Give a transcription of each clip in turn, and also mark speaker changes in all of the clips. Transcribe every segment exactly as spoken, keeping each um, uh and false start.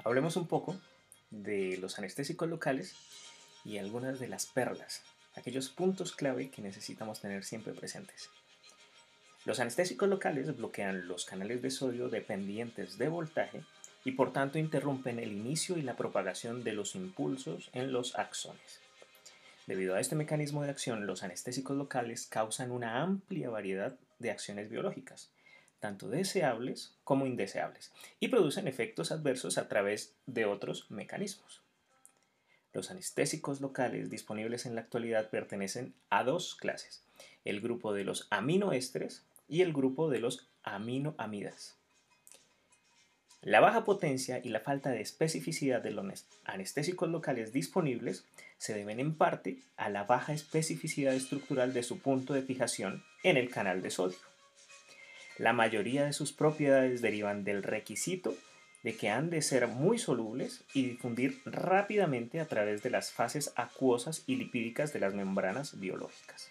Speaker 1: Hablemos un poco de los anestésicos locales y algunas de las perlas, aquellos puntos clave que necesitamos tener siempre presentes. Los anestésicos locales bloquean los canales de sodio dependientes de voltaje y por tanto interrumpen el inicio y la propagación de los impulsos en los axones. Debido a este mecanismo de acción, los anestésicos locales causan una amplia variedad de acciones biológicas, tanto deseables como indeseables, y producen efectos adversos a través de otros mecanismos. Los anestésicos locales disponibles en la actualidad pertenecen a dos clases, el grupo de los aminoésteres y el grupo de los aminoamidas. La baja potencia y la falta de especificidad de los anestésicos locales disponibles se deben en parte a la baja especificidad estructural de su punto de fijación en el canal de sodio. La mayoría de sus propiedades derivan del requisito de que han de ser muy solubles y difundir rápidamente a través de las fases acuosas y lipídicas de las membranas biológicas.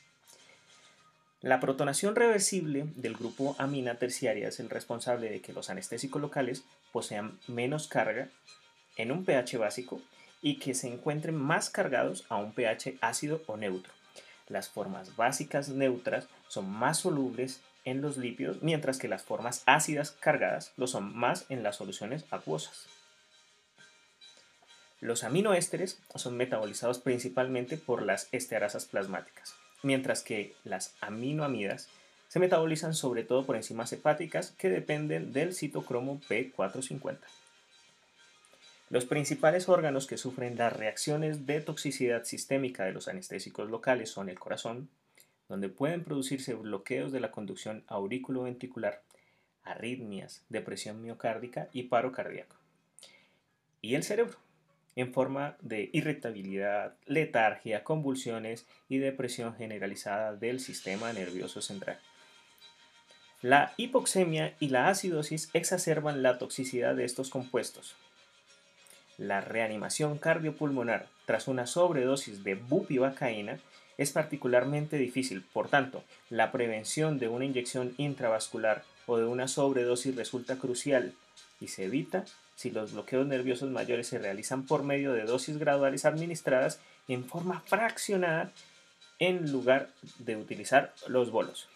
Speaker 1: La protonación reversible del grupo amina terciaria es el responsable de que los anestésicos locales posean menos carga en un pH básico y que se encuentren más cargados a un pH ácido o neutro. Las formas básicas neutras son más solubles en los lípidos, mientras que las formas ácidas cargadas lo son más en las soluciones acuosas. Los aminoésteres son metabolizados principalmente por las esterasas plasmáticas, mientras que las aminoamidas se metabolizan sobre todo por enzimas hepáticas que dependen del citocromo P cuatrocientos cincuenta. Los principales órganos que sufren las reacciones de toxicidad sistémica de los anestésicos locales son el corazón, donde pueden producirse bloqueos de la conducción aurículo-ventricular, arritmias, depresión miocárdica y paro cardíaco. Y el cerebro, en forma de irritabilidad, letargia, convulsiones y depresión generalizada del sistema nervioso central. La hipoxemia y la acidosis exacerban la toxicidad de estos compuestos. La reanimación cardiopulmonar tras una sobredosis de bupivacaína es particularmente difícil, por tanto, la prevención de una inyección intravascular o de una sobredosis resulta crucial y se evita si los bloqueos nerviosos mayores se realizan por medio de dosis graduales administradas en forma fraccionada en lugar de utilizar los bolos.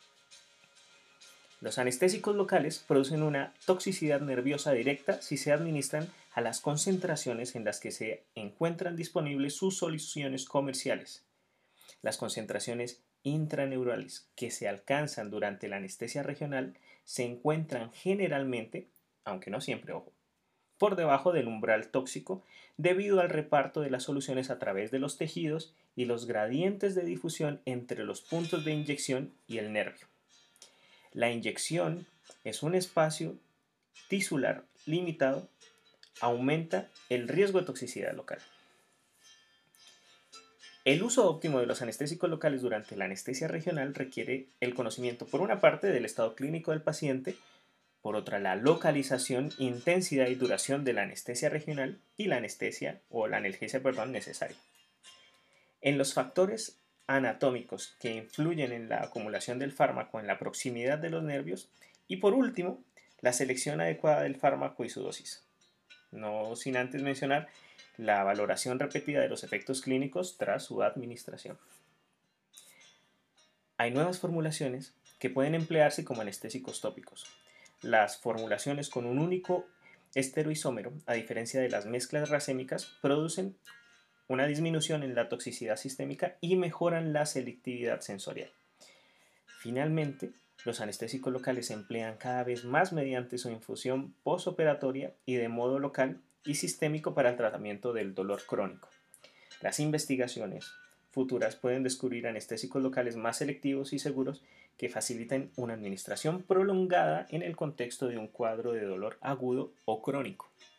Speaker 1: Los anestésicos locales producen una toxicidad nerviosa directa si se administran a las concentraciones en las que se encuentran disponibles sus soluciones comerciales. Las concentraciones intraneurales que se alcanzan durante la anestesia regional se encuentran generalmente, aunque no siempre, ojo, por debajo del umbral tóxico debido al reparto de las soluciones a través de los tejidos y los gradientes de difusión entre los puntos de inyección y el nervio. La inyección es un espacio tisular limitado, aumenta el riesgo de toxicidad local. El uso óptimo de los anestésicos locales durante la anestesia regional requiere el conocimiento, por una parte, del estado clínico del paciente, por otra, la localización, intensidad y duración de la anestesia regional y la anestesia o la analgesia, perdón, necesaria. En los factores anatómicos que influyen en la acumulación del fármaco en la proximidad de los nervios y, por último, la selección adecuada del fármaco y su dosis. No sin antes mencionar la valoración repetida de los efectos clínicos tras su administración. Hay nuevas formulaciones que pueden emplearse como anestésicos tópicos. Las formulaciones con un único esteroisómero, a diferencia de las mezclas racémicas, producen una disminución en la toxicidad sistémica y mejoran la selectividad sensorial. Finalmente, los anestésicos locales se emplean cada vez más mediante su infusión postoperatoria y de modo local y sistémico para el tratamiento del dolor crónico. Las investigaciones futuras pueden descubrir anestésicos locales más selectivos y seguros que faciliten una administración prolongada en el contexto de un cuadro de dolor agudo o crónico.